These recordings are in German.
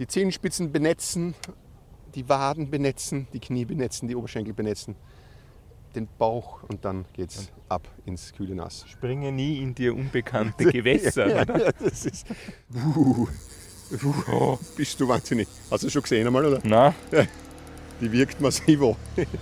die Zehenspitzen benetzen, die Waden benetzen, die Knie benetzen, die Oberschenkel benetzen, den Bauch und dann geht's ab ins kühle Nass. Springe nie in dir unbekannte Gewässer. Ja, das ist... Bist du wahnsinnig. Hast du das schon gesehen einmal, oder? Nein. Ja, die wirkt massiv an.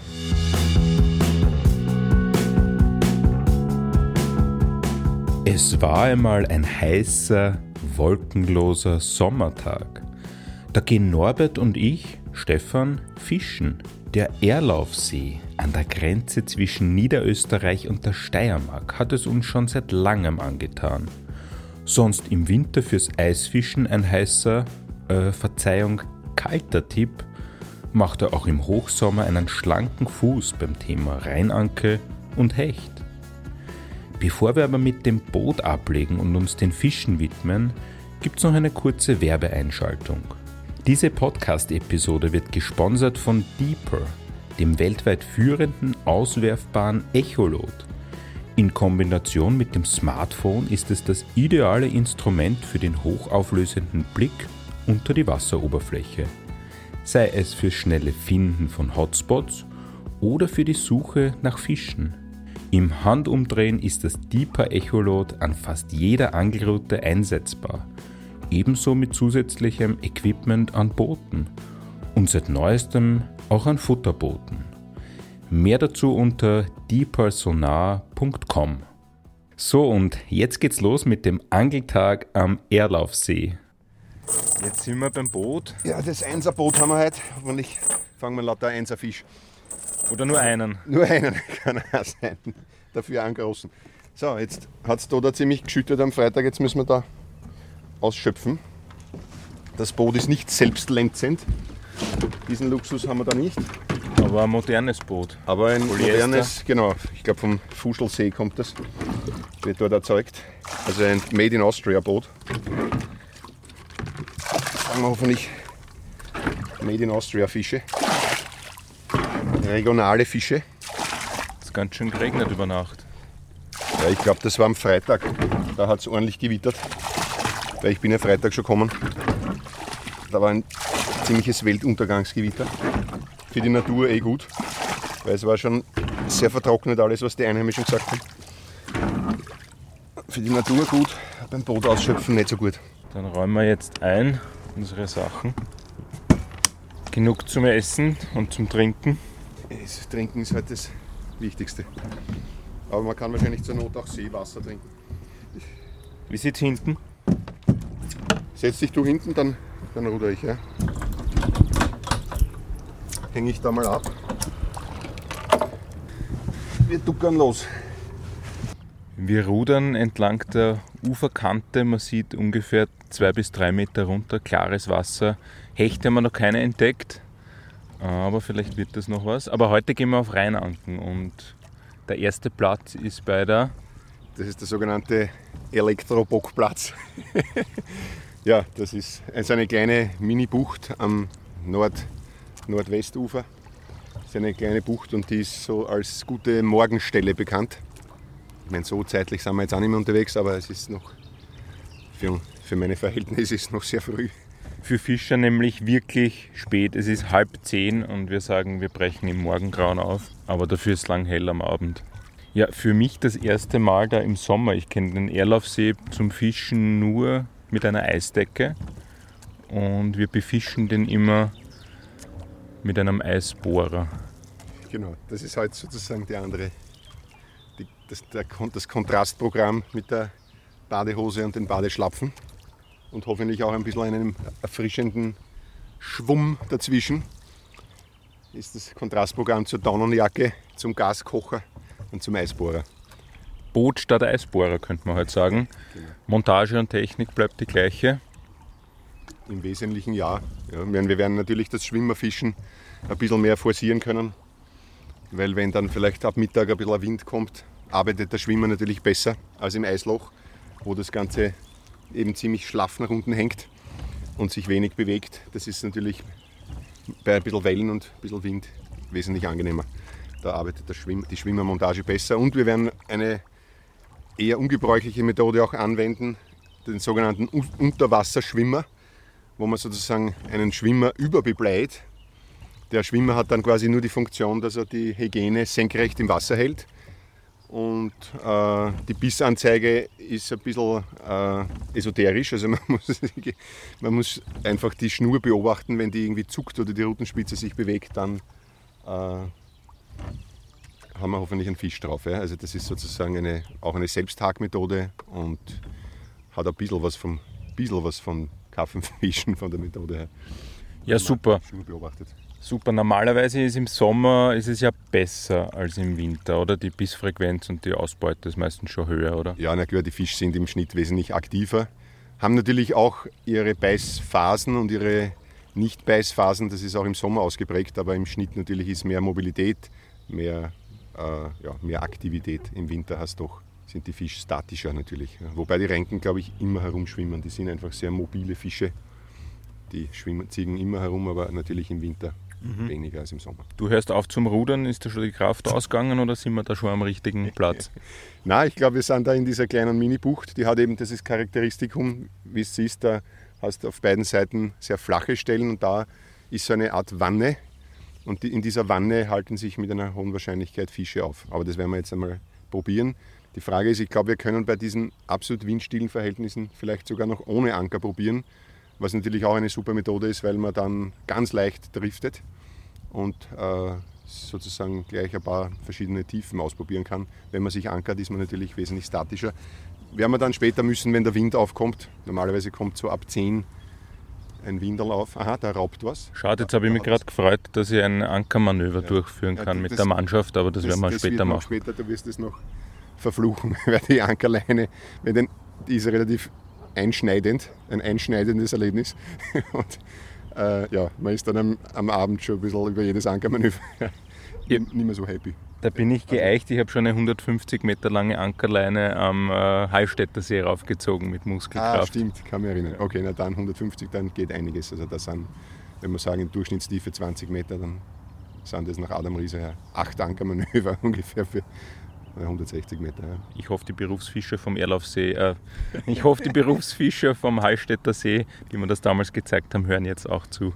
Es war einmal ein heißer, wolkenloser Sommertag. Da gehen Norbert und ich, Stefan, fischen. Der Erlaufsee an der Grenze zwischen Niederösterreich und der Steiermark hat es uns schon seit langem angetan. Sonst im Winter fürs Eisfischen ein heißer, kalter Tipp, macht er auch im Hochsommer einen schlanken Fuß beim Thema Rheinanke und Hecht. Bevor wir aber mit dem Boot ablegen und uns den Fischen widmen, gibt's noch eine kurze Werbeeinschaltung. Diese Podcast-Episode wird gesponsert von Deeper, dem weltweit führenden auswerfbaren Echolot. In Kombination mit dem Smartphone ist es das ideale Instrument für den hochauflösenden Blick unter die Wasseroberfläche. Sei es fürs schnelle Finden von Hotspots oder für die Suche nach Fischen. Im Handumdrehen ist das Deeper Echolot an fast jeder Angelroute einsetzbar. Ebenso mit zusätzlichem Equipment an Booten und seit neuestem auch an Futterbooten. Mehr dazu unter deepersonar.com. So, und jetzt geht's los mit dem Angeltag am Erlaufsee. Jetzt sind wir beim Boot. Ja, das 1er-Boot haben wir heute. Hoffentlich fangen wir lauter 1er-Fisch. Oder nur einen? Nur einen kann er sein. Dafür einen großen. So, jetzt hat es da ziemlich geschüttet am Freitag. Jetzt müssen wir da ausschöpfen. Das Boot ist nicht selbstlänzend. Diesen Luxus haben wir da nicht. Aber ein modernes Boot. Aber ein Polyester. modernes, genau. Ich glaube vom Fuschelsee kommt das. Wird dort erzeugt. Also ein Made in Austria Boot. Fangen wir hoffentlich Made in Austria Fische. Regionale Fische. Es ist ganz schön geregnet über Nacht. Ja, ich glaube, das war am Freitag. Da hat es ordentlich gewittert. Weil ich bin ja Freitag schon gekommen. Da war ein ziemliches Weltuntergangsgewitter. Für die Natur gut. Weil es war schon sehr vertrocknet alles, was die Einheimischen gesagt haben. Für die Natur gut, beim Boot ausschöpfen nicht so gut. Dann räumen wir jetzt ein unsere Sachen. Genug zum Essen und zum Trinken. Das Trinken ist halt das Wichtigste. Aber man kann wahrscheinlich zur Not auch Seewasser trinken. Wie sieht's hinten? Setz dich du hinten, dann ruder ich. Ja. Hänge ich da mal ab. Wir duckern los. Wir rudern entlang der Uferkante. Man sieht ungefähr 2 bis 3 Meter runter, klares Wasser. Hechte haben wir noch keine entdeckt, aber vielleicht wird das noch was. Aber heute gehen wir auf Rheinanken und der erste Platz ist bei der... Das ist der sogenannte Elektrobockplatz. Ja, das ist eine kleine Mini-Bucht am Nordwestufer. Das ist eine kleine Bucht und die ist so als gute Morgenstelle bekannt. Ich meine, so zeitlich sind wir jetzt auch nicht mehr unterwegs, aber es ist noch, für meine Verhältnisse ist es noch sehr früh. Für Fischer nämlich wirklich spät. Es ist 9:30 und wir sagen, wir brechen im Morgengrauen auf, aber dafür ist es lang hell am Abend. Ja, für mich das erste Mal da im Sommer. Ich kenne den Erlaufsee zum Fischen nur mit einer Eisdecke und wir befischen den immer mit einem Eisbohrer. Genau, das ist halt sozusagen das Kontrastprogramm mit der Badehose und den Badeschlapfen und hoffentlich auch ein bisschen einem erfrischenden Schwumm dazwischen ist das Kontrastprogramm zur Daunenjacke, zum Gaskocher und zum Eisbohrer. Boot statt Eisbohrer, könnte man halt sagen. Genau. Montage und Technik bleibt die gleiche. Im Wesentlichen ja. Wir werden natürlich das Schwimmerfischen ein bisschen mehr forcieren können, weil wenn dann vielleicht ab Mittag ein bisschen Wind kommt, arbeitet der Schwimmer natürlich besser als im Eisloch, wo das Ganze eben ziemlich schlaff nach unten hängt und sich wenig bewegt. Das ist natürlich bei ein bisschen Wellen und ein bisschen Wind wesentlich angenehmer. Da arbeitet die Schwimmermontage besser und wir werden eine eher ungebräuchliche Methode auch anwenden, den sogenannten Unterwasserschwimmer, wo man sozusagen einen Schwimmer überbebleit. Der Schwimmer hat dann quasi nur die Funktion, dass er die Hygiene senkrecht im Wasser hält. Und die Bissanzeige ist ein bisschen esoterisch. Also man muss einfach die Schnur beobachten, wenn die irgendwie zuckt oder die Rutenspitze sich bewegt, dann haben wir hoffentlich einen Fisch drauf. Ja? Also das ist sozusagen auch eine Selbsthakmethode und hat ein bisschen was vom Karpfenfischen von der Methode her. Ja, super. Schnur beobachtet. Super, normalerweise ist im Sommer ist es ja besser als im Winter, oder? Die Bissfrequenz und die Ausbeute ist meistens schon höher, oder? Ja, na klar, die Fische sind im Schnitt wesentlich aktiver, haben natürlich auch ihre Beißphasen und ihre Nicht-Beißphasen, das ist auch im Sommer ausgeprägt, aber im Schnitt natürlich ist mehr Mobilität, mehr Aktivität. Im Winter sind die Fische statischer natürlich. Wobei die Renken, glaube ich, immer herumschwimmen, die sind einfach sehr mobile Fische, die ziehen immer herum, aber natürlich im Winter weniger als im Sommer. Du hörst auf zum Rudern, ist da schon die Kraft ausgegangen oder sind wir da schon am richtigen Platz? Nein, ich glaube, wir sind da in dieser kleinen Mini-Bucht. Die hat eben dieses Charakteristikum, wie es siehst, da hast du auf beiden Seiten sehr flache Stellen und da ist so eine Art Wanne. Und in dieser Wanne halten sich mit einer hohen Wahrscheinlichkeit Fische auf. Aber das werden wir jetzt einmal probieren. Die Frage ist, ich glaube, wir können bei diesen absolut windstillen Verhältnissen vielleicht sogar noch ohne Anker probieren. Was natürlich auch eine super Methode ist, weil man dann ganz leicht driftet und sozusagen gleich ein paar verschiedene Tiefen ausprobieren kann. Wenn man sich ankert, ist man natürlich wesentlich statischer. Werden wir dann später müssen, wenn der Wind aufkommt. Normalerweise kommt so ab 10 ein Winderl auf. Aha, da raubt was. Schade, jetzt habe ich mich gerade gefreut, dass ich ein Ankermanöver durchführen kann mit der Mannschaft, aber das werden wir später machen. Du wirst es noch verfluchen, weil die Ankerleine, die ist relativ ein einschneidendes Erlebnis. Und man ist dann am Abend schon ein bisschen über jedes Ankermanöver nicht mehr so happy. Da bin ich geeicht, ich habe schon eine 150 Meter lange Ankerleine am Hallstätter See raufgezogen mit Muskelkraft. Stimmt, kann mich erinnern. Okay, na dann 150, dann geht einiges. Also das sind, wenn wir sagen, in Durchschnittstiefe 20 Meter, dann sind das nach Adam Riese her 8 Ankermanöver ungefähr für 160 Meter. Ja. Ich hoffe, die Berufsfischer vom Berufsfischer vom Hallstätter See, die mir das damals gezeigt haben, hören jetzt auch zu.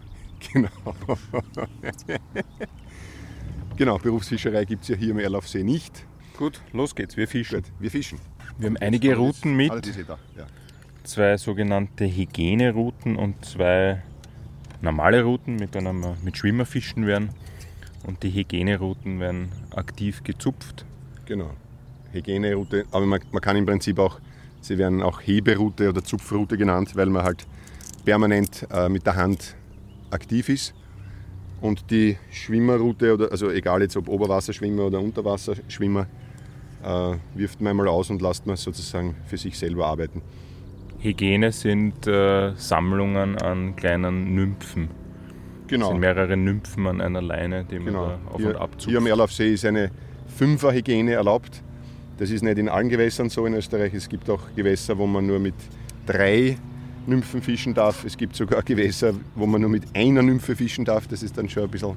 Genau, Berufsfischerei gibt es ja hier im Erlaufsee nicht. Gut, los geht's, wir fischen. Gut, wir fischen. Wir haben einige Routen mit, Ja. 2 sogenannte Hygienerouten und 2 normale Routen, mit Schwimmerfischen werden. Und die Hygienerouten werden aktiv gezupft. Genau, Hygieneroute, aber man kann im Prinzip auch, sie werden auch Heberoute oder Zupfroute genannt, weil man halt permanent mit der Hand aktiv ist. Und die Schwimmerroute, also egal jetzt ob Oberwasserschwimmer oder Unterwasserschwimmer, wirft man einmal aus und lässt man sozusagen für sich selber arbeiten. Hygiene sind Sammlungen an kleinen Nymphen. Genau. Es sind mehrere Nymphen an einer Leine, die man da auf und ab zupft. Hier am Erlaufsee ist eine 5er-Hygiene erlaubt. Das ist nicht in allen Gewässern so in Österreich. Es gibt auch Gewässer, wo man nur mit 3 Nymphen fischen darf. Es gibt sogar Gewässer, wo man nur mit einer Nymphe fischen darf. Das ist dann schon ein bisschen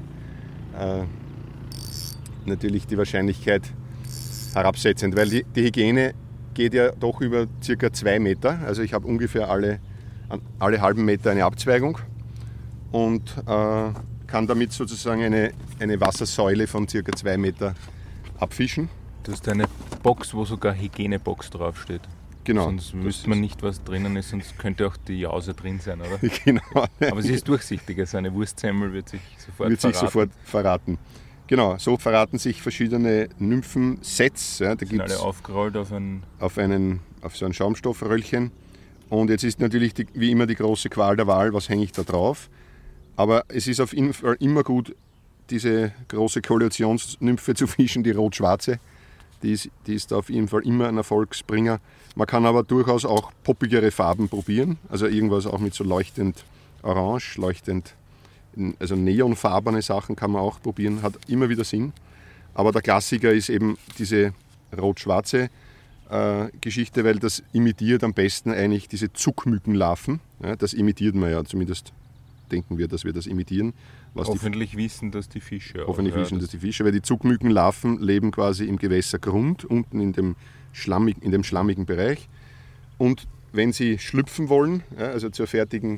natürlich die Wahrscheinlichkeit herabsetzend, weil die Hygiene geht ja doch über ca. 2 Meter. Also ich habe ungefähr alle halben Meter eine Abzweigung und kann damit sozusagen eine Wassersäule von ca. 2 Meter abfischen. Das ist eine Box, wo sogar Hygienebox draufsteht. Genau. Sonst wüsste man nicht, was drinnen ist, sonst könnte auch die Jause drin sein, oder? Genau. Aber sie ist durchsichtig, also eine Wurstsemmel wird sich sofort verraten. Genau, so verraten sich verschiedene Nymphen-Sets. Ja, da sind alle aufgerollt auf so ein Schaumstoffröllchen. Und jetzt ist natürlich wie immer die große Qual der Wahl, was hänge ich da drauf. Aber es ist auf jeden Fall immer gut, diese große Koalitionsnymphe zu fischen, die rot-schwarze. Die ist auf jeden Fall immer ein Erfolgsbringer. Man kann aber durchaus auch poppigere Farben probieren. Also irgendwas auch mit so leuchtend orange, also neonfarbene Sachen kann man auch probieren. Hat immer wieder Sinn. Aber der Klassiker ist eben diese rot-schwarze Geschichte, weil das imitiert am besten eigentlich diese Zuckmückenlarven. Ja, das imitiert man ja, zumindest denken wir, dass wir das imitieren. Hoffentlich wissen das die Fische. Weil die Zuckmückenlarven leben quasi im Gewässergrund, unten in dem schlammigen Bereich. Und wenn sie schlüpfen wollen, ja, also zur fertigen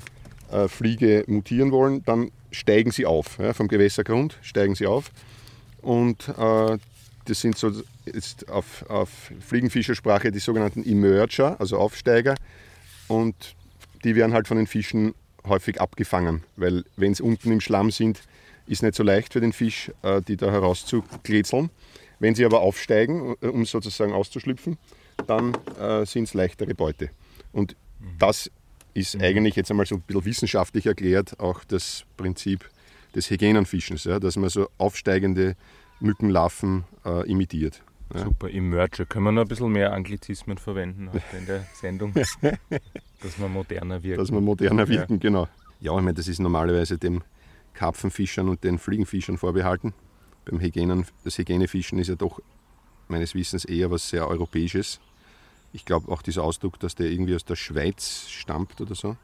Fliege mutieren wollen, dann steigen sie auf. Ja, vom Gewässergrund steigen sie auf. Und das sind so jetzt auf Fliegenfischersprache die sogenannten Emerger, also Aufsteiger. Und die werden halt von den Fischen häufig abgefangen, weil wenn sie unten im Schlamm sind, ist nicht so leicht für den Fisch, die da herauszukletzeln. Wenn sie aber aufsteigen, um sozusagen auszuschlüpfen, dann sind es leichtere Beute. Und das ist eigentlich jetzt einmal so ein bisschen wissenschaftlich erklärt auch das Prinzip des Hyänenfischens, ja, dass man so aufsteigende Mückenlarven imitiert. Ja. Super, Emerger. Können wir noch ein bisschen mehr Anglizismen verwenden heute in der Sendung, dass wir moderner wirken? Dass wir moderner wirken, genau. Ja, ich meine, das ist normalerweise dem Karpfenfischern und den Fliegenfischern vorbehalten. Das Hyänefischen ist ja doch meines Wissens eher was sehr Europäisches. Ich glaube auch dieser Ausdruck, dass der irgendwie aus der Schweiz stammt oder so.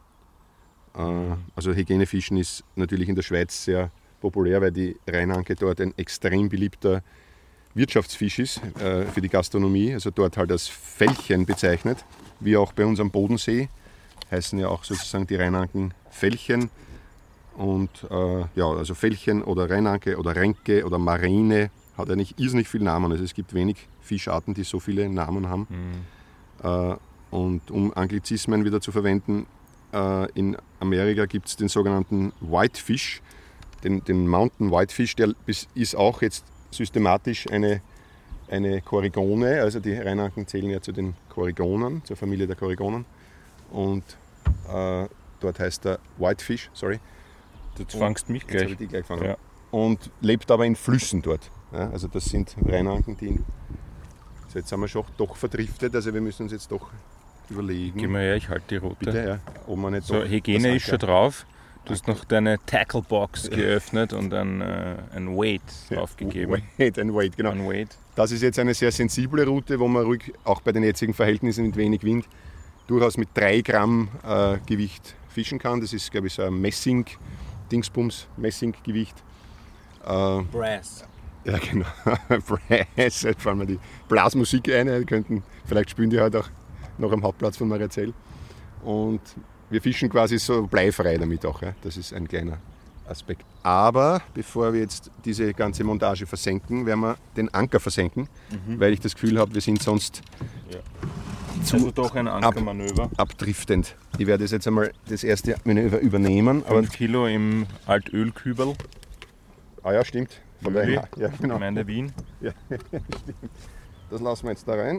Also Hyänefischen ist natürlich in der Schweiz sehr populär, weil die Rheinanke dort ein extrem beliebter Wirtschaftsfisch ist für die Gastronomie. Also dort halt als Felchen bezeichnet, wie auch bei uns am Bodensee. Heißen ja auch sozusagen die Rheinanken Felchen. Und also Felchen oder Rheinanke oder Renke oder Marine hat eigentlich irrsinnig viele Namen. Also es gibt wenig Fischarten, die so viele Namen haben. Und um Anglizismen wieder zu verwenden, in Amerika gibt es den sogenannten Whitefish, den Mountain Whitefish, der ist auch jetzt systematisch eine Coregonne, also die Rheinanken zählen ja zu den Coregonen, zur Familie der Coregonen. Und dort heißt der Whitefish, sorry. Jetzt fangst mich gleich. Jetzt habe ich die gleich gefangen. Ja. Und lebt aber in Flüssen dort. Ja, also das sind Rheinanken, die also jetzt sind wir schon doch verdriftet, also wir müssen uns jetzt doch überlegen. Geh mal her, ich halte die rote. Bitte, ja. Ob man nicht so, Hygiene ist schon drauf. Du hast noch deine Tacklebox geöffnet und ein Weight draufgegeben. Ein Weight, genau. Ein Weight. Das ist jetzt eine sehr sensible Route, wo man ruhig, auch bei den jetzigen Verhältnissen mit wenig Wind, durchaus mit 3 Gramm Gewicht fischen kann. Das ist, glaube ich, so ein Messinggewicht. Brass. Ja, genau. Brass. Jetzt fallen mir die Blasmusik ein. Vielleicht spielen die heute auch noch am Hauptplatz von Mariazell. Und wir fischen quasi so bleifrei damit auch. Ja. Das ist ein kleiner Aspekt. Aber bevor wir jetzt diese ganze Montage versenken, werden wir den Anker versenken, weil ich das Gefühl habe, wir sind sonst also doch ein Ankermanöver. Abdriftend. Ich werde jetzt einmal das erste Manöver übernehmen. 5 Kilo im Altölkübel. Ah ja, stimmt. Von der ja, genau. Gemeinde Wien. Ja, stimmt. Das lassen wir jetzt da rein.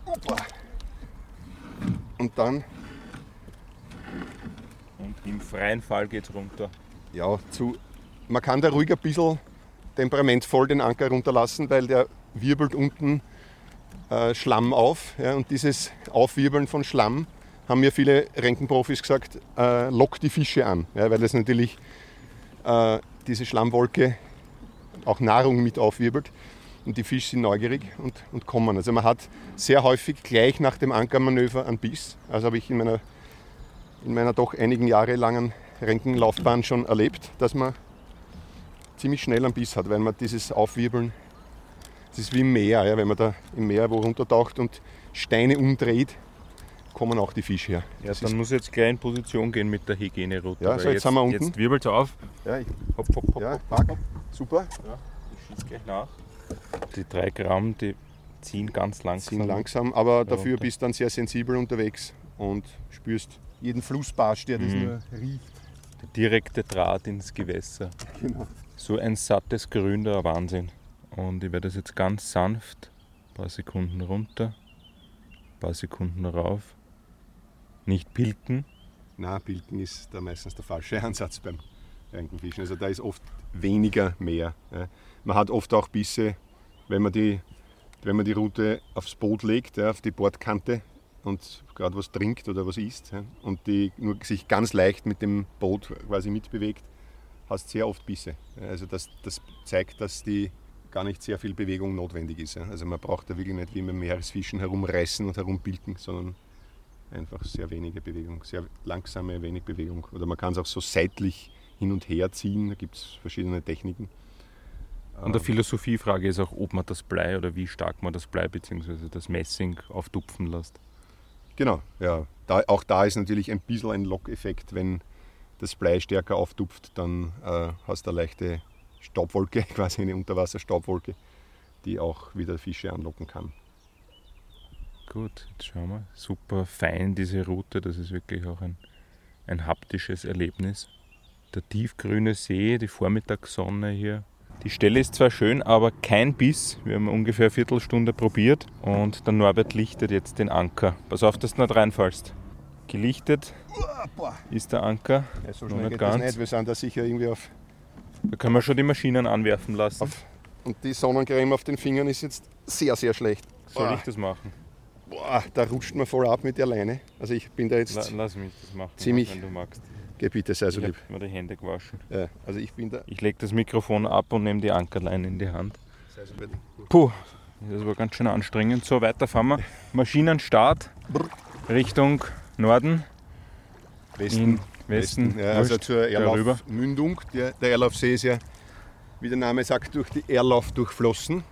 Und dann... Und im freien Fall geht es runter. Ja, man kann da ruhig ein bisschen temperamentvoll den Anker runterlassen, weil der wirbelt unten Schlamm auf. Ja, und dieses Aufwirbeln von Schlamm, haben mir viele Renkenprofis gesagt, lockt die Fische an. Ja, weil das natürlich diese Schlammwolke auch Nahrung mit aufwirbelt. Und die Fische sind neugierig und kommen. Also man hat sehr häufig gleich nach dem Ankermanöver einen Biss. Also habe ich in meiner doch einigen Jahre langen Renkenlaufbahn schon erlebt, dass man ziemlich schnell einen Biss hat, weil man dieses Aufwirbeln, das ist wie im Meer, ja, wenn man da im Meer wo runtertaucht und Steine umdreht, kommen auch die Fische her. Ja, dann muss jetzt gleich in Position gehen mit der Hygieneroute. Ja, so jetzt sind wir unten. Jetzt wirbelt es auf. Ja, hopp, ja, hopp. Super. Ja, ich schieße gleich nach. Die 3 Gramm, die ziehen ganz langsam. Aber dafür bist du dann sehr sensibel unterwegs und spürst jeden Flussbarsch, der das nur riecht. Der direkte Draht ins Gewässer. Genau. So ein sattes Grün, der Wahnsinn. Und ich werde das jetzt ganz sanft, ein paar Sekunden runter, ein paar Sekunden rauf. Nicht pilken. Nein, pilken ist da meistens der falsche Ansatz beim Renkenfischen. Also da ist oft weniger mehr. Ja. Man hat oft auch Bisse, wenn man die Rute aufs Boot legt, ja, auf die Bordkante und gerade was trinkt oder was isst, ja, und die nur sich ganz leicht mit dem Boot quasi mitbewegt, hast sehr oft Bisse. Ja, also das zeigt, dass die gar nicht sehr viel Bewegung notwendig ist. Ja. Also man braucht da wirklich nicht wie beim Meeresfischen herumreißen und herumpilken, sondern einfach sehr wenige Bewegung, sehr langsame, wenig Bewegung. Oder man kann es auch so seitlich hin und her ziehen, da gibt es verschiedene Techniken. Und der Philosophiefrage ist auch, ob man das Blei oder wie stark man das Blei bzw. das Messing auftupfen lässt. Genau, ja. Auch da ist natürlich ein bisschen ein Lockeffekt, wenn das Blei stärker auftupft, dann hast du eine leichte Staubwolke, quasi eine Unterwasserstaubwolke, die auch wieder Fische anlocken kann. Gut, jetzt schauen wir. Super fein diese Route, das ist wirklich auch ein haptisches Erlebnis. Der tiefgrüne See, die Vormittagssonne hier. Die Stelle ist zwar schön, aber kein Biss. Wir haben ungefähr eine Viertelstunde probiert und der Norbert lichtet jetzt den Anker. Pass auf, dass du nicht reinfallst. Gelichtet ist der Anker. Ja, so noch schnell nicht geht ganz. das nicht, wir sind da sicher irgendwie auf. Da können wir schon die Maschinen anwerfen lassen. Und die Sonnencreme auf den Fingern ist jetzt sehr, sehr schlecht. Soll ich das machen? Boah, da rutscht man voll ab mit der Leine. Also ich bin da jetzt Lass mich das machen, ziemlich. wenn du magst. Geh bitte, sei so Ich lieb. habe mir die Hände gewaschen. Ja, also ich bin da. Ich lege das Mikrofon ab und nehme die Ankerleine in die Hand. Sei so lieb. Puh, das war ganz schön anstrengend. So, weiter fahren wir. Maschinenstart Richtung Norden. Westen. Ja, also wurscht, zur darüber. Erlaufmündung. Der Erlaufsee ist ja, wie der Name sagt, durch die Erlauf durchflossen.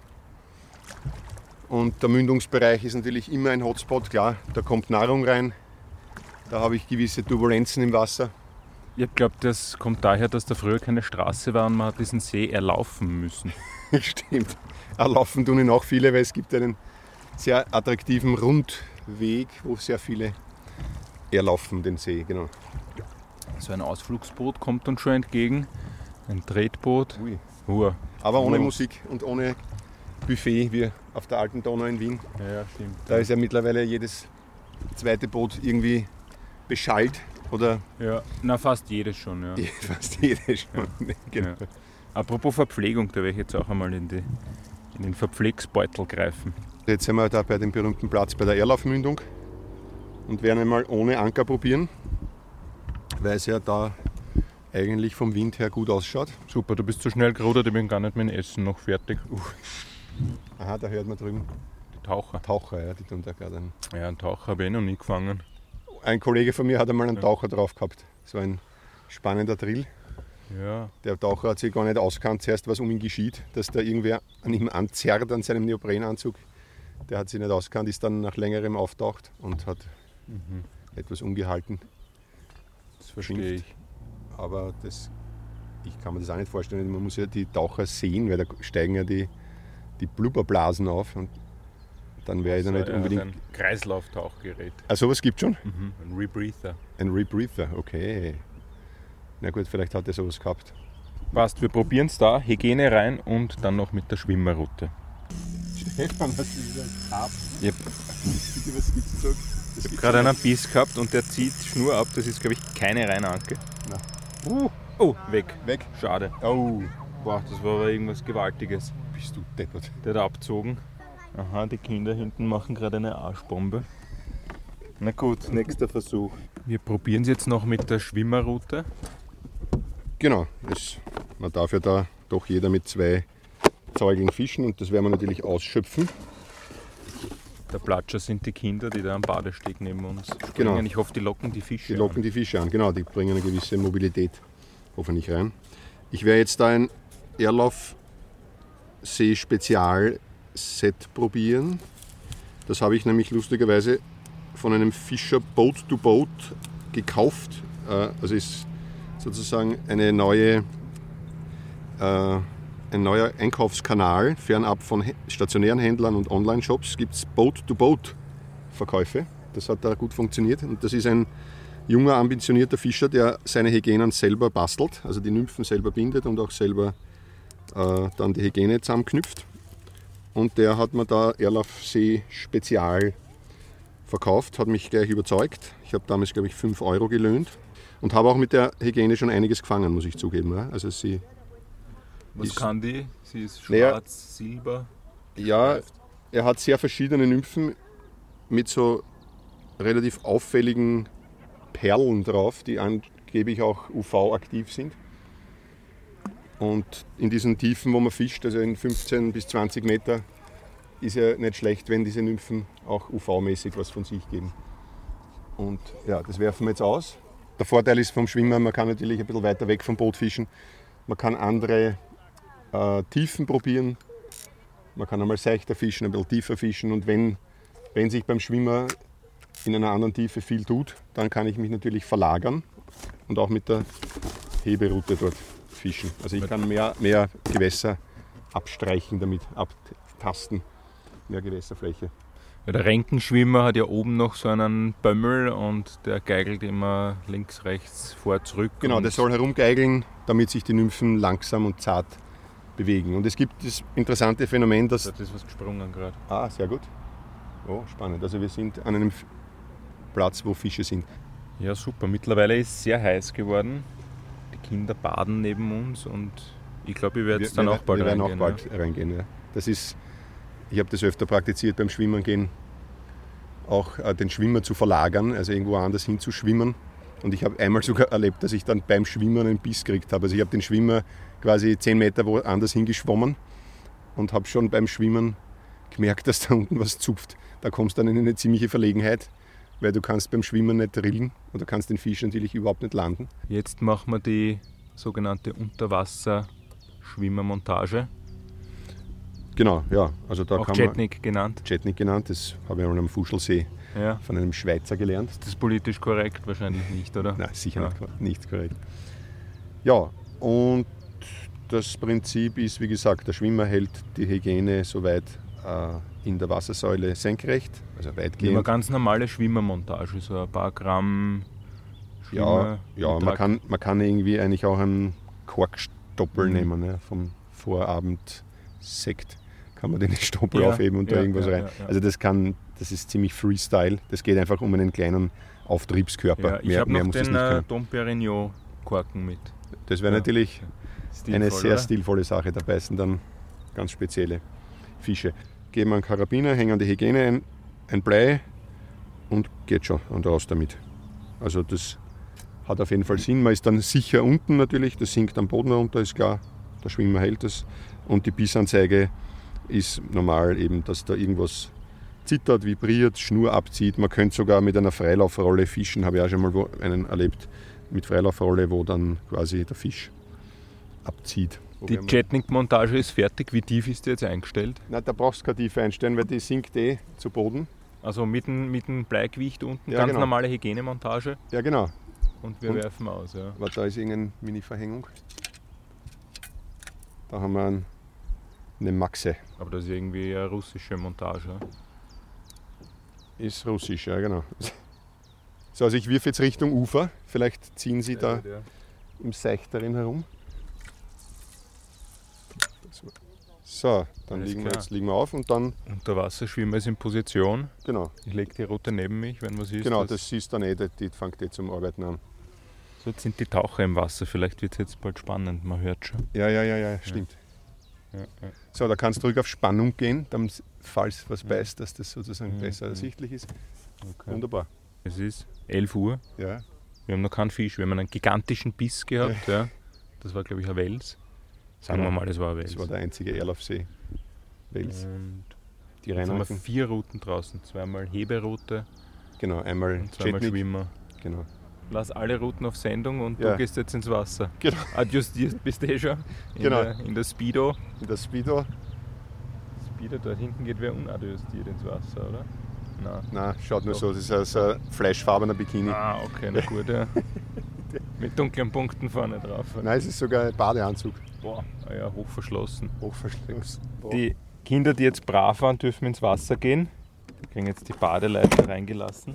Und der Mündungsbereich ist natürlich immer ein Hotspot, klar, da kommt Nahrung rein, da habe ich gewisse Turbulenzen im Wasser. Ich glaube, das kommt daher, dass da früher keine Straße war und man hat diesen See erlaufen müssen. Stimmt, erlaufen tun ihn auch viele, weil es gibt einen sehr attraktiven Rundweg, wo sehr viele erlaufen den See, genau. So ein Ausflugsboot kommt uns schon entgegen, ein Tretboot. Ui. Hua. Aber ohne Wow. Musik und ohne Buffet, wie auf der alten Donau in Wien. Ja, stimmt. Da ist ja mittlerweile jedes zweite Boot irgendwie beschallt oder Ja, na fast jedes schon, ja. fast jedes schon. Genau. Ja. Apropos Verpflegung, da werde ich jetzt auch einmal in den Verpflegsbeutel greifen. Jetzt sind wir da bei dem berühmten Platz bei der Erlaufmündung und werden einmal ohne Anker probieren, weil es ja da eigentlich vom Wind her gut ausschaut. Super, du bist so schnell gerudert, ich bin gar nicht mein Essen noch fertig. Aha, da hört man drüben Die Taucher. Taucher, ja, die tun da gerade einen. Ja, einen Taucher habe ich noch nie gefangen. Ein Kollege von mir hat einmal einen Taucher drauf gehabt. So ein spannender Drill. Ja, Der Taucher hat sich gar nicht auskannt, zuerst was um ihn geschieht, dass da irgendwer an ihm anzerrt, an seinem Neoprenanzug. Der hat sich nicht auskannt, ist dann nach längerem auftaucht und hat etwas ungehalten. das verstehe Schimpft. ich. Aber ich kann mir das auch nicht vorstellen. Man muss ja die Taucher sehen, weil da steigen ja die Blubberblasen auf. Und dann wäre ich da nicht Ja, unbedingt. ein Kreislauftauchgerät. Ah, sowas gibt es schon? Ein Rebreather. Ein Rebreather, okay. Na gut, vielleicht hat er sowas gehabt. Passt, wir probieren es da, Hygiene rein und dann noch mit der Schwimmerroute. Stefan, hast du wieder ab? Yep. Bitte, was gibt's zu sagen? Ich habe gerade einen Biss gehabt und der zieht Schnur ab. Das ist, glaube ich, keine reine Anke. Oh, weg. Weg. Schade. Oh, Boah, das war aber irgendwas Gewaltiges. bist du deppert. Der hat abgezogen. Aha, die Kinder hinten machen gerade eine Arschbombe. Na gut, nächster Versuch. Wir probieren es jetzt noch mit der Schwimmerroute. Genau, man darf ja da doch jeder mit 2 Zeugeln fischen und das werden wir natürlich ausschöpfen. Der Platscher sind die Kinder, die da am Badesteg neben uns springen. Genau. Ich hoffe, die locken die Fische Die locken die Fische an, genau, die bringen eine gewisse Mobilität hoffentlich rein. Ich werde jetzt da ein Erlaufsee-Spezial-Set probieren. Das habe ich nämlich lustigerweise von einem Fischer Boat to Boat gekauft. Also ist sozusagen ein neuer Einkaufskanal. Fernab von stationären Händlern und Online-Shops gibt es Boat-to-Boat-Verkäufe. Das hat da gut funktioniert. Und das ist ein junger, ambitionierter Fischer, der seine Hygenen selber bastelt, also die Nymphen selber bindet und auch selber dann die Hygiene zusammenknüpft. Und der hat mir da Erlaufsee Spezial verkauft, hat mich gleich überzeugt. Ich habe damals, glaube ich, 5 € gelöhnt und habe auch mit der Hygiene schon einiges gefangen, muss ich zugeben. Ja. Also sie Was ist- kann die? Sie ist Naja, schwarz, silber. Ja, er hat sehr verschiedene Nymphen mit so relativ auffälligen Perlen drauf, die angeblich auch UV-aktiv sind. Und in diesen Tiefen, wo man fischt, also in 15 bis 20 Meter, ist ja nicht schlecht, wenn diese Nymphen auch UV-mäßig was von sich geben. Und ja, das werfen wir jetzt aus. Der Vorteil ist vom Schwimmen, man kann natürlich ein bisschen weiter weg vom Boot fischen. Man kann andere Tiefen probieren. Man kann einmal seichter fischen, ein bisschen tiefer fischen. Und wenn sich beim Schwimmer in einer anderen Tiefe viel tut, dann kann ich mich natürlich verlagern und auch mit der Heberute dort fischen. Also ich kann mehr Gewässer abstreichen damit, abtasten, mehr Gewässerfläche. Ja, der Renkenschwimmer hat ja oben noch so einen Bömmel und der geigelt immer links, rechts, vor, zurück. Genau, der soll herumgeigeln, damit sich die Nymphen langsam und zart bewegen. Und es gibt das interessante Phänomen, dass... Da ist was gesprungen gerade. Ah, sehr gut. Oh, spannend. Also wir sind an einem Platz, wo Fische sind. Ja, super. Mittlerweile ist es sehr heiß geworden. Die Kinder baden neben uns und ich glaube, ich werde jetzt dann auch bald reingehen. Wir werden auch bald reingehen, ja. Das ist, ich habe das öfter praktiziert beim Schwimmen gehen, auch den Schwimmer zu verlagern, also irgendwo anders hinzuschwimmen. Und ich habe einmal sogar erlebt, dass ich dann beim Schwimmen einen Biss gekriegt habe. Also ich habe den Schwimmer quasi 10 Meter woanders hingeschwommen und habe schon beim Schwimmen gemerkt, dass da unten was zupft. Da kommst du dann in eine ziemliche Verlegenheit, weil du kannst beim Schwimmen nicht drillen und du kannst den Fisch natürlich überhaupt nicht landen. Jetzt machen wir die sogenannte Unterwasser-Schwimmermontage. Genau, ja. Also da auch kann Jetnik genannt. Jetnik genannt, das habe ich einmal am Fuschelsee von einem Schweizer gelernt. Ist das politisch korrekt? Wahrscheinlich nicht, oder? Nein, sicher nicht korrekt. Ja, und das Prinzip ist, wie gesagt, der Schwimmer hält die Hygiene soweit in der Wassersäule senkrecht, also weitgehend. Eine ganz normale Schwimmermontage, so ein paar Gramm Schwimmer. Ja, man kann irgendwie eigentlich auch einen Korkstoppel nehmen, ja, vom Vorabendsekt. Kann man den Stoppel aufheben und da irgendwas rein. Ja. Also das ist ziemlich Freestyle. Das geht einfach um einen kleinen Auftriebskörper. Ja, ich habe noch den Dom Perignon Korken mit. Das wäre natürlich eine sehr oder? stilvolle Sache. Dabei sind dann ganz spezielle Fische. Geben wir einen Karabiner, hängen an die Hygiene ein Blei und geht schon und raus damit. Also das hat auf jeden Fall Sinn. Man ist dann sicher unten natürlich, das sinkt am Boden runter, ist klar. Der Schwimmer hält das. Und die Bissanzeige ist normal eben, dass da irgendwas zittert, vibriert, Schnur abzieht. Man könnte sogar mit einer Freilaufrolle fischen, habe ich auch schon mal einen erlebt, mit Freilaufrolle, wo dann quasi der Fisch abzieht. Die Jetnik-Montage ist fertig. Wie tief ist die jetzt eingestellt? Nein, da brauchst du keine Tiefe einstellen, weil die sinkt zu Boden. Also mit dem Bleigewicht unten, ja, ganz genau. Normale Hygienemontage. Ja, genau. Und wir werfen aus. Ja. Warte, da ist irgendeine Mini-Verhängung. Da haben wir eine Maxe. Aber das ist irgendwie eine russische Montage. Ist russisch, ja genau. So, also ich wirf jetzt Richtung Ufer. Vielleicht ziehen sie da im Seichteren herum. So, dann liegen wir auf und dann... Unterwasserschwimmer ist in Position. Genau. Ich lege die Route neben mich, wenn was ist. Genau, das siehst du dann die fängt zum Arbeiten an. So, jetzt sind die Taucher im Wasser. Vielleicht wird es jetzt bald spannend, man hört schon. Ja, stimmt. Ja. So, da kannst du zurück auf Spannung gehen, dann, falls was beißt, dass das sozusagen besser ersichtlich ist. Okay. Wunderbar. Es ist 11 Uhr. Ja. Wir haben noch keinen Fisch. Wir haben einen gigantischen Biss gehabt. Ja. Das war, glaube ich, ein Wels. Sagen wir mal, das war ein Wels. Das war der einzige Erlaufsee. Wels. Und die jetzt haben wir 4 Routen draußen. Zweimal Heberoute. Genau, einmal und zweimal Jetnik. Schwimmer. Genau. Lass alle Routen auf Sendung und du gehst jetzt ins Wasser. Genau. Adjustiert bist du schon in der Speedo. In der Speedo. Dort hinten geht wer unadjustiert ins Wasser, oder? Nein, schaut nur so. Das ist ein fleischfarbener Bikini. Ah, okay, na gut, ja. Mit dunklen Punkten vorne drauf. Nein, es ist sogar ein Badeanzug. Boah, ja, hochverschlossen. Boah. Die Kinder, die jetzt brav waren, dürfen ins Wasser gehen. Die kriegen jetzt die Badeleiter reingelassen.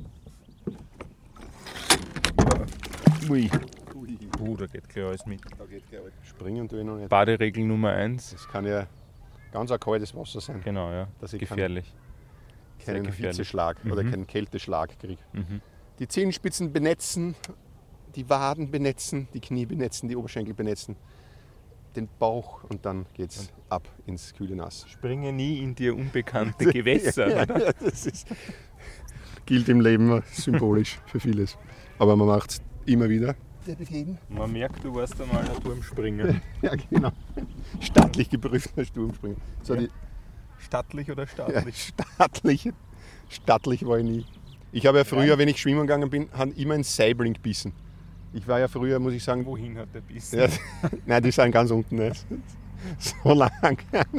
Ui. Da geht gleich alles mit. Da geht gleich alles. Springen tue ich noch nicht. Baderegel Nummer 1. Das kann ja ganz ein kaltes Wasser sein. Genau, ja. Dass ich gefährlich. Keinen Hitzeschlag oder keinen Kälteschlag kriege. Mhm. Die Zehenspitzen benetzen, die Waden benetzen, die Knie benetzen, die Oberschenkel benetzen, den Bauch und dann geht's ab ins kühle Nass. Springe nie in dir unbekannte Gewässer. Ja, das gilt im Leben symbolisch für vieles. Aber man macht es immer wieder. Man merkt, du warst einmal ein Turmspringer. Ja, genau. Stattlich geprüfter Sturmspringer. So, ja. Stattlich oder staatlich? Ja, stattlich war ich nie. Ich habe ja früher, wenn ich schwimmen gegangen bin, immer ein Saibling gebissen. Ich war ja früher, muss ich sagen... Wohin hat der bissen? Ja, nein, die sind ganz unten. Nicht. So lang.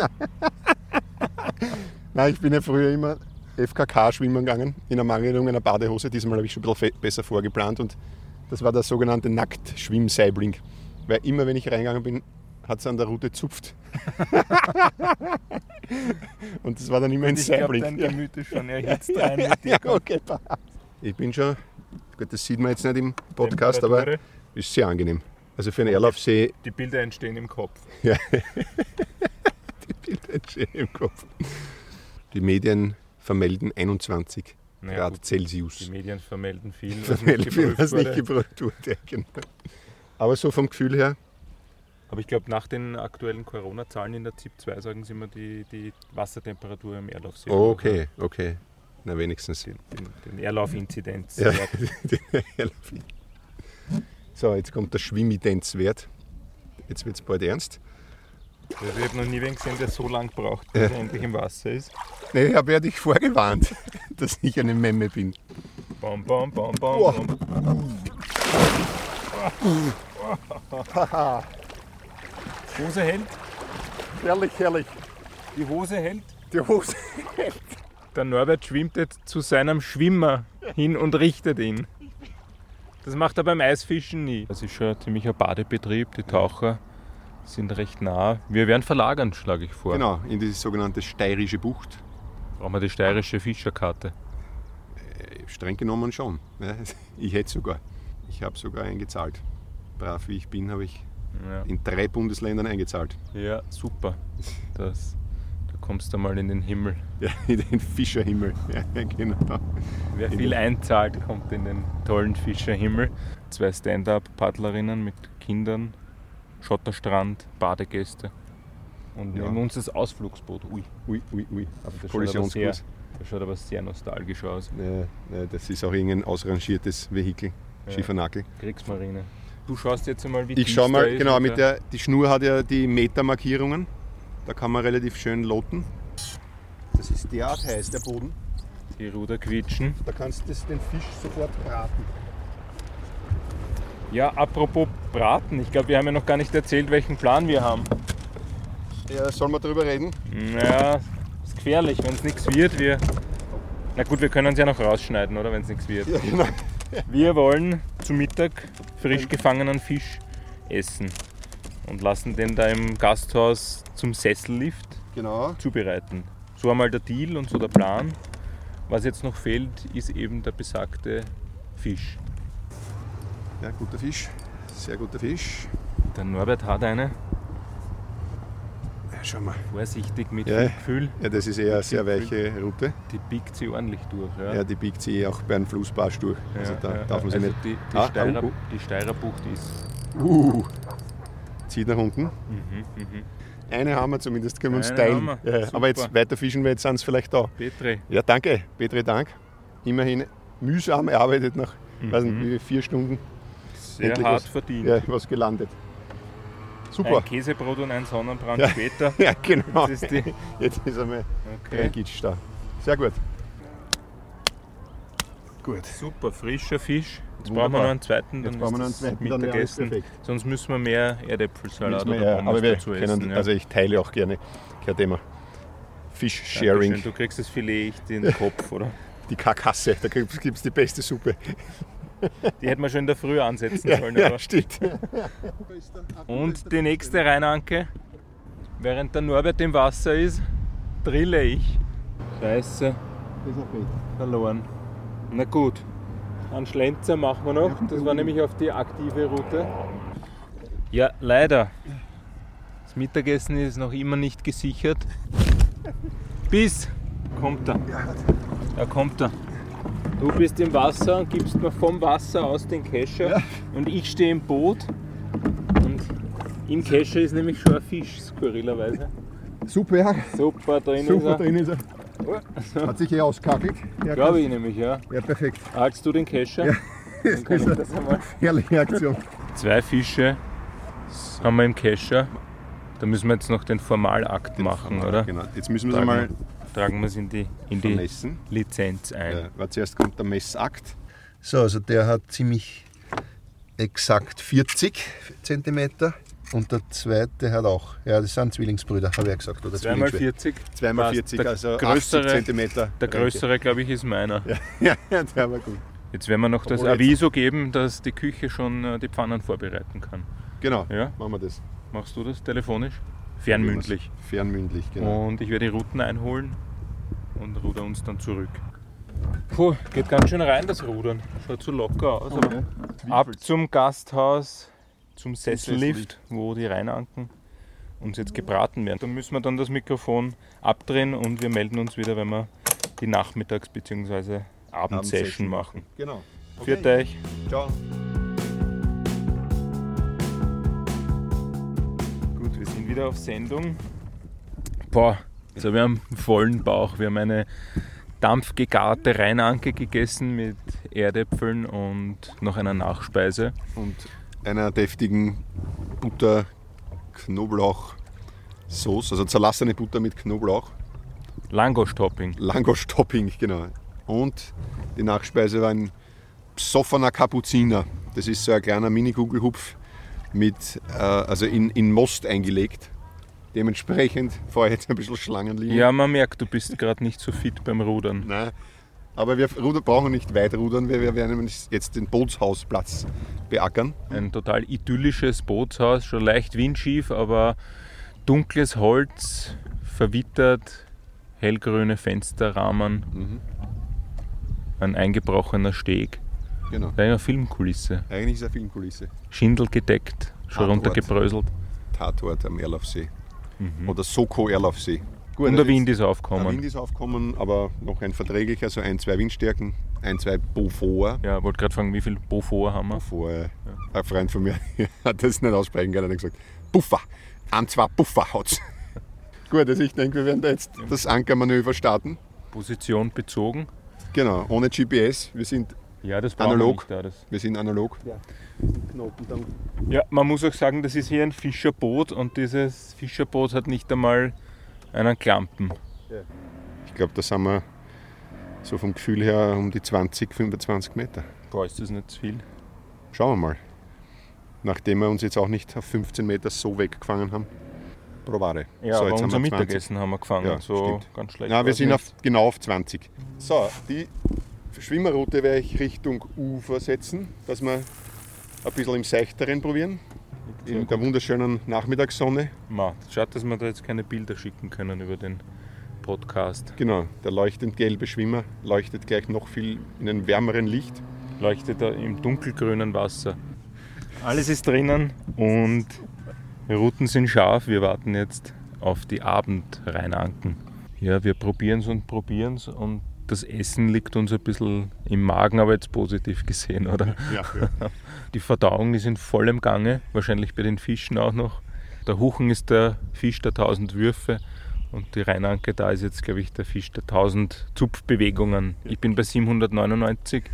Nein, ich bin ja früher immer FKK schwimmen gegangen, in Ermangelung einer Badehose. Diesmal habe ich schon ein bisschen besser vorgeplant und Das war der sogenannte Nacktschwimmsaibling. Weil immer, wenn ich reingegangen bin, hat es an der Rute zupft. Und das war dann immer ein Saibling. Ich glaube, dein Gemüt ist schon erhitzt rein. Ja, okay, passt. Ich bin schon, gut, das sieht man jetzt nicht im Podcast, aber ist sehr angenehm. Also für einen Erlaufsee. Die Bilder entstehen im Kopf. Ja, die Bilder entstehen im Kopf. Die Medien vermelden 21 Grad Celsius. Die Medien vermelden viel, was nicht gebraucht wurde. Ja, genau. Aber so vom Gefühl her. Aber ich glaube, nach den aktuellen Corona-Zahlen in der ZIP 2 sagen sie immer die Wassertemperatur im Erlaufsee. Oh, okay. Na, wenigstens. Den Erlaufinzidenz. Ja, so, jetzt kommt der Schwimmidenzwert. Jetzt wird es bald ernst. Also ich habe noch nie wen gesehen, der so lang braucht, bis er endlich im Wasser ist. Nee, ich habe ja dich vorgewarnt, dass ich eine Memme bin. Bam, bam, bam, bam, bam. Hose hält. Herrlich. Die Hose hält. Die Hose hält. Der Norbert schwimmt jetzt zu seinem Schwimmer hin und richtet ihn. Das macht er beim Eisfischen nie. Das ist schon ein ziemlicher Badebetrieb. Die Taucher sind recht nah. Wir werden verlagern, schlage ich vor. Genau, in die sogenannte Steirische Bucht. Brauchen wir die steirische Fischerkarte? Streng genommen schon. Ja, ich hätte sogar. Ich habe sogar eingezahlt. Brav wie ich bin, habe ich in 3 Bundesländern eingezahlt. Ja, super. Da kommst du mal in den Himmel. Ja, in den Fischerhimmel. Ja, genau. Wer viel einzahlt, kommt in den tollen Fischerhimmel. 2 Stand-up-Paddlerinnen mit Kindern, Schotterstrand, Badegäste. Und neben uns das Ausflugsboot. Ui. Auf Kollisionskurs. Das schaut aber sehr nostalgisch aus. Ja, das ist auch irgendein ausrangiertes Vehikel. Schiefernakel. Kriegsmarine. Du schaust jetzt einmal, wie ich schaue mal, genau, die Schnur hat ja die Metermarkierungen. Da kann man relativ schön loten. Das ist derart heiß, der Boden. Die Ruder quietschen. Da kannst du den Fisch sofort braten. Ja, apropos braten. Ich glaube, wir haben ja noch gar nicht erzählt, welchen Plan wir haben. Ja, sollen wir darüber reden? Naja, ist gefährlich, wenn es nichts wird. Na gut, wir können es ja noch rausschneiden, oder, wenn es nichts wird. Ja, genau. Wir wollen zu Mittag frisch gefangenen Fisch essen und lassen den da im Gasthaus zum Sessellift zubereiten. So einmal der Deal und so der Plan. Was jetzt noch fehlt, ist eben der besagte Fisch. Ja, guter Fisch, sehr guter Fisch. Der Norbert hat eine. Ja, schau mal. Vorsichtig mit dem Gefühl. Ja, das ist eher eine sehr weiche Route. Die biegt sie ordentlich durch. Ja, die biegt sie auch bei einem Flussbarsch durch. Also da darf man sie nicht. Die Steirer Bucht ist. Zieht nach unten. Eine haben wir zumindest, können wir uns teilen. Ja, aber jetzt weiter fischen wir, jetzt sind sie vielleicht da. Petri. Ja, danke. Petri, Dank. Immerhin mühsam erarbeitet nach, weiß nicht, 4 Stunden. Sehr endlich hart verdient. Ja, was gelandet. Super. Ein Käsebrot und ein Sonnenbrand später. Ja, genau. Jetzt ist einmal ein Gitsch da. Sehr gut. Gut. Super, frischer Fisch. Jetzt brauchen wir noch einen zweiten, dann ist das Mittagessen. Sonst müssen wir mehr Erdäpfelsalat oder Pommes dazu essen. Also ich teile auch gerne. Kein Thema. Fish-Sharing. Dankeschön. Du kriegst das Filet, ich den Kopf, oder? Die Karkasse, da gibt es die beste Suppe. Die hätten wir schon in der Früh ansetzen sollen. Ja, stimmt. Und die nächste Rheinanke, während der Norbert im Wasser ist, drille ich. Scheiße, verloren. Na gut, einen Schlenzer machen wir noch. Das war nämlich auf die aktive Route. Ja, leider. Das Mittagessen ist noch immer nicht gesichert. Bis kommt er. Da kommt er. Du bist im Wasser und gibst mir vom Wasser aus den Kescher und ich stehe im Boot und im Kescher ist nämlich schon ein Fisch, skurrilerweise. Super, Super, drin ist er. Hat sich auskackelt. Glaube ich nämlich, ja. Ja, perfekt. Haltst du den Kescher? Ja. Dann kann ich das einmal. Herrliche Aktion. 2 Fische haben wir im Kescher. Da müssen wir jetzt noch den Formalakt machen, oder? Genau. Jetzt müssen wir es einmal tragen wir es in die Lizenz ein. Ja, weil zuerst kommt der Messakt. So, also der hat ziemlich exakt 40 cm und der zweite hat auch, ja, das sind Zwillingsbrüder, habe ich ja gesagt. Oder 2x40? 2x40, also 80 cm. Der größere, glaube ich, ist meiner. Ja, der war gut. Jetzt werden wir noch das Obwohl Aviso geben, dass die Küche schon die Pfannen vorbereiten kann. Genau, Ja? machen wir das. Machst du das telefonisch? Fernmündlich. Fernmündlich, genau. Und ich werde die Routen einholen und ruder uns dann zurück. Puh, geht ganz schön rein das Rudern. Schaut so locker aus. Okay. Ab zum Gasthaus, zum Sessellift, wo die Rheinanken uns jetzt gebraten werden. Dann müssen wir dann das Mikrofon abdrehen und wir melden uns wieder, wenn wir die Nachmittags- bzw. Abendsession machen. Genau. Viert euch. Ciao. Gut, wir sind wieder auf Sendung. Boah, jetzt habe ich einen vollen Bauch. Wir haben eine dampfgegarte Rheinanke gegessen mit Erdäpfeln und noch einer Nachspeise. Und einer deftigen Butter-Knoblauch-Sauce, also zerlassene Butter mit Knoblauch. Langosch-Topping. Langosch-Topping, genau. Und die Nachspeise war ein psoffener Kapuziner. Das ist so ein kleiner Mini-Gugelhupf mit, also in Most eingelegt. Dementsprechend vorher jetzt ein bisschen Schlangenlinie. Ja, man merkt, du bist gerade nicht so fit beim Rudern. Nein, aber wir brauchen nicht weit rudern, wir werden jetzt den Bootshausplatz beackern. Ein total idyllisches Bootshaus, schon leicht windschief, aber dunkles Holz, verwittert, hellgrüne Fensterrahmen, ein eingebrochener Steg. Genau. Eine Filmkulisse. Eigentlich ist es eine Filmkulisse. Schindel gedeckt, schon runtergebröselt. Tatort am Erlaufsee. Oder Soko Erlaufsee. Gut, Und der Wind ist Der aufgekommen. Wind ist aufgekommen, aber noch ein verträglicher, so 1-2 Windstärken, 1-2 Beaufort. Ja, wollte gerade fragen, wie viel Beaufort haben wir? Beaufort, ein Freund von mir hat das nicht aussprechen können, hat gesagt, Buffer, 1-2 Buffer hat's. Gut, also ich denke, wir werden da jetzt das Ankermanöver starten. Position bezogen. Genau, ohne GPS, wir sind Ja, das brauchen Analog. wir nicht da, das. Wir sind analog. Ja. Knoten dann. Ja, man muss auch sagen, das ist hier ein Fischerboot und dieses Fischerboot hat nicht einmal einen Klampen. Ich glaube, da sind wir so vom Gefühl her um die 20, 25 Meter. Boah, ist das nicht zu viel? Schauen wir mal. Nachdem wir uns jetzt auch nicht auf 15 Meter so weggefangen haben. Provare. Ja, so, aber jetzt haben unser wir 20. Mittagessen haben wir gefangen, Ja, so stimmt. ganz schlecht. Ja, wir war's sind nicht. genau auf 20. So, die Schwimmerroute werde ich Richtung Ufer setzen, dass wir ein bisschen im Seichteren probieren. In der wunderschönen Nachmittagssonne. Schade, dass wir da jetzt keine Bilder schicken können über den Podcast. Genau, der leuchtend gelbe Schwimmer leuchtet gleich noch viel in einem wärmeren Licht. Leuchtet da im dunkelgrünen Wasser. Alles ist drinnen und die Routen sind scharf. Wir warten jetzt auf die Abendrheinanken. Ja, wir probieren es und das Essen liegt uns ein bisschen im Magen, aber jetzt positiv gesehen, oder? Ja. Die Verdauung, die sind voll im Gange, wahrscheinlich bei den Fischen auch noch. Der Huchen ist der Fisch der 1000 Würfe und die Rheinanke, da ist jetzt, glaube ich, der Fisch der 1000 Zupfbewegungen. Ich bin bei 799.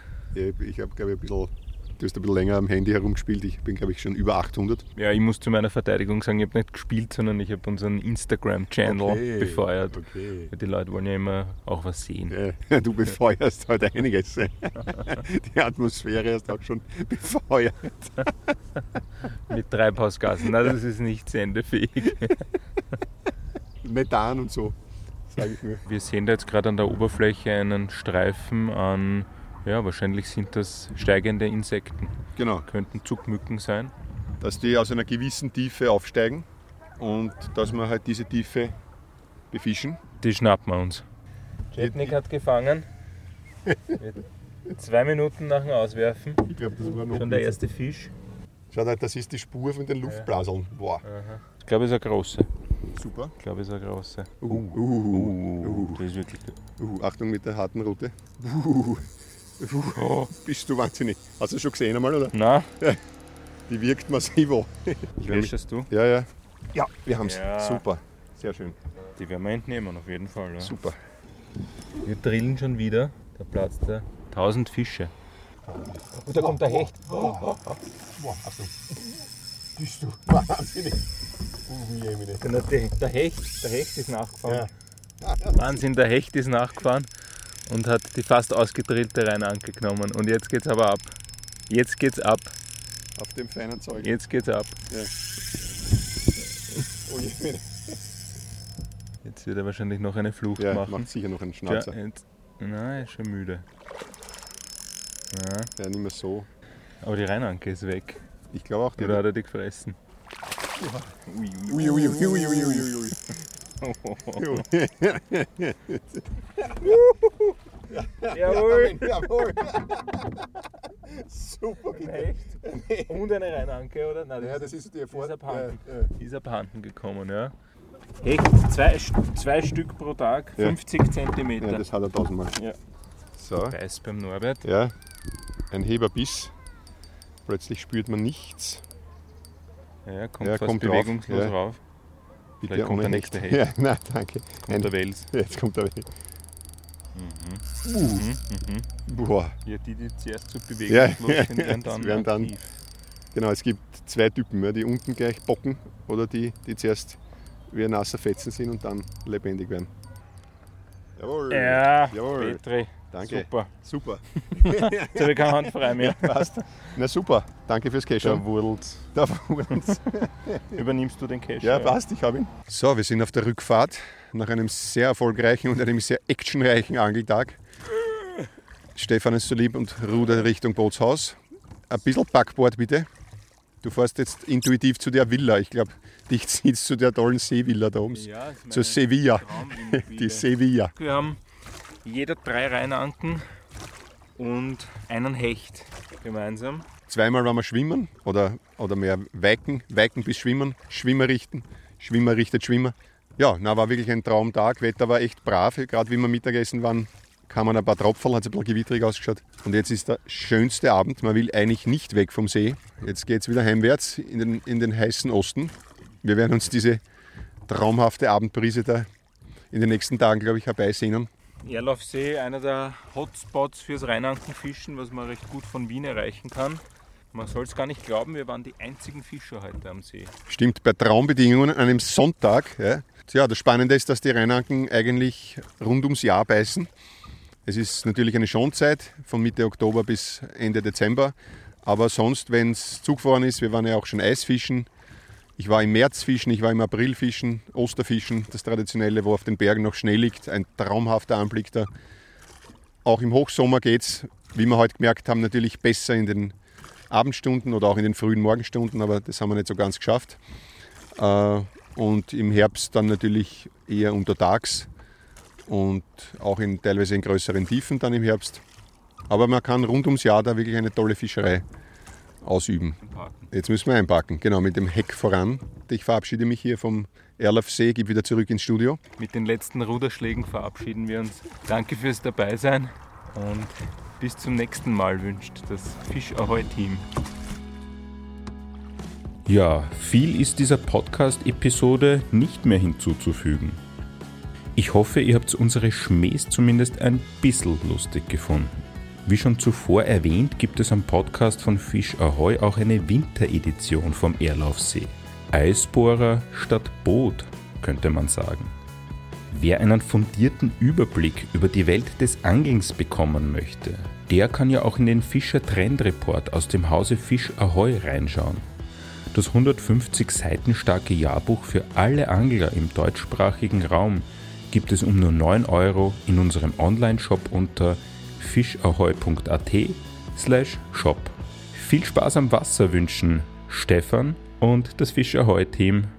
Ich habe, glaube ich, du hast ein bisschen länger am Handy herumgespielt. Ich bin, glaube ich, schon über 800. Ja, ich muss zu meiner Verteidigung sagen, ich habe nicht gespielt, sondern ich habe unseren Instagram-Channel befeuert. Okay. Die Leute wollen ja immer auch was sehen. Ja, du befeuerst halt einiges. Die Atmosphäre hast auch schon befeuert. Mit Treibhausgasen. Nein, das ist nicht sendefähig. Methan und so, sage ich mir. Wir sehen da jetzt gerade an der Oberfläche einen Streifen an, ja, wahrscheinlich sind das steigende Insekten. Genau, Könnten Zuckmücken sein. dass die aus einer gewissen Tiefe aufsteigen und dass wir halt diese Tiefe befischen. Die schnappen wir uns. Jetnik hat gefangen. 2 Minuten nach dem Auswerfen. Ich glaube, das war noch Schon der erste Fisch. Schaut halt, das ist die Spur von den Luftblaseln. Wow. Ich glaube, es ist eine große. Super. Ich glaube, es ist eine große. Das ist wirklich. Achtung mit der harten Route. Bist du wahnsinnig. Hast du das schon gesehen einmal, oder? Na, Die wirkt massiv. wäschest du? Ja, ja. Ja, wir haben es. Ja. Super. Sehr schön. Die werden wir entnehmen, auf jeden Fall. Ja. Super. Wir drillen schon wieder. Da platzt der 1000 Fische. Und da kommt der Hecht. Boah, Achtung. Bist du wahnsinnig. Der Hecht ist nachgefahren. Wahnsinn, der Hecht ist nachgefahren und hat die fast ausgedrillte Rheinanke genommen. Und jetzt geht's aber ab. Jetzt geht's ab. Auf dem feinen Zeug. Jetzt geht's ab. Ja. Oh je. Jetzt wird er wahrscheinlich noch eine Flucht Ja, machen. macht sicher noch einen Ja, Schnauzer. jetzt, nein, er ist schon müde. Ja. Ja, nicht mehr so. Aber die Rheinanke ist weg. Ich glaube auch, Oder hat er die gefressen? Ui, ui, ui, ui, ui, ui, ui. Jawohl! Jawohl! Super! Echt? Und eine Rheinanke, oder? Nein, Ja, das ist dir vor. Ist abhanden gekommen, ja. Hecht, zwei Stück pro Tag, Ja. 50 cm. Ja, das hat er tausendmal. Ja. So, Beiß beim Norbert. ja, ein Heberbiss. Plötzlich spürt man nichts. Ja, kommt Ja, fast kommt drauf. bewegungslos Ja. rauf. Bitte Vielleicht kommt ohne der Hecht. nächste Hecht. Ja, nein, danke. Kommt der Wels. Jetzt kommt der Hecht. Boah. Ja, die zuerst so Ja, bewegungslos sind, werden das dann werden dann- aktiv. Genau, es gibt zwei Typen, ja, die unten gleich bocken oder die zuerst wie ein nasser Fetzen sind und dann lebendig werden. Jawohl. Ja, Jawohl. Petri, Danke. super. Super. Jetzt habe ich keine Hand frei mehr. Passt. Na super. Danke fürs Cash. Da wurdelt. Da wurden's. Übernimmst du den Cash? Ja, passt, ich habe ihn. So, wir sind auf der Rückfahrt nach einem sehr erfolgreichen und einem sehr actionreichen Angeltag. Stefan ist so lieb und rudert Richtung Bootshaus. Ein bisschen Backboard bitte. Du fährst jetzt intuitiv zu der Villa. Ich glaube, dich zieht zu der tollen Seevilla da oben. Ja, das ist Zur Sevilla. Traumimmobilie. Die Sevilla. Wir haben jeder 3 Rheinanken und einen Hecht gemeinsam. Zweimal waren wir schwimmen oder mehr Weiken bis Schwimmen. Schwimmer richten, Schwimmer richtet Schwimmer. Ja, war wirklich ein Traumtag. Wetter war echt brav. Gerade wie wir Mittagessen waren, kamen ein paar Tropfen, hat es ein bisschen gewitterig ausgeschaut. Und jetzt ist der schönste Abend. Man will eigentlich nicht weg vom See. Jetzt geht es wieder heimwärts in den heißen Osten. Wir werden uns diese traumhafte Abendbrise da in den nächsten Tagen, glaube ich, herbeisehnen. Erlaufsee, einer der Hotspots fürs Rheinankenfischen, was man recht gut von Wien erreichen kann. Man soll es gar nicht glauben, wir waren die einzigen Fischer heute am See. Stimmt, bei Traumbedingungen an einem Sonntag. Ja. Tja, das Spannende ist, dass die Rheinanken eigentlich rund ums Jahr beißen. Es ist natürlich eine Schonzeit von Mitte Oktober bis Ende Dezember. Aber sonst, wenn es zugefroren ist, wir waren ja auch schon Eisfischen. Ich war im März fischen, ich war im April fischen, Osterfischen, das Traditionelle, wo auf den Bergen noch Schnee liegt. Ein traumhafter Anblick da. Auch im Hochsommer geht es, wie wir heute gemerkt haben, natürlich besser in den Abendstunden oder auch in den frühen Morgenstunden, aber das haben wir nicht so ganz geschafft. Und im Herbst dann natürlich eher untertags und auch teilweise in größeren Tiefen dann im Herbst. Aber man kann rund ums Jahr da wirklich eine tolle Fischerei ausüben. Jetzt müssen wir einpacken, genau, mit dem Heck voran. Ich verabschiede mich hier vom Erlaufsee, gebe wieder zurück ins Studio. Mit den letzten Ruderschlägen verabschieden wir uns. Danke fürs Dabeisein und bis zum nächsten Mal wünscht das Fisch Ahoi Team. Ja, viel ist dieser Podcast-Episode nicht mehr hinzuzufügen. Ich hoffe, ihr habt unsere Schmähs zumindest ein bisschen lustig gefunden. Wie schon zuvor erwähnt, gibt es am Podcast von Fisch Ahoi auch eine Winteredition vom Erlaufsee. Eisbohrer statt Boot, könnte man sagen. Wer einen fundierten Überblick über die Welt des Angelns bekommen möchte, der kann ja auch in den Fischer Trend Report aus dem Hause Fisch Ahoi reinschauen. Das 150 Seiten starke Jahrbuch für alle Angler im deutschsprachigen Raum gibt es um nur 9 € in unserem Online-Shop unter fischahoi.at/shop. Viel Spaß am Wasser wünschen Stefan und das Fisch Ahoi Team.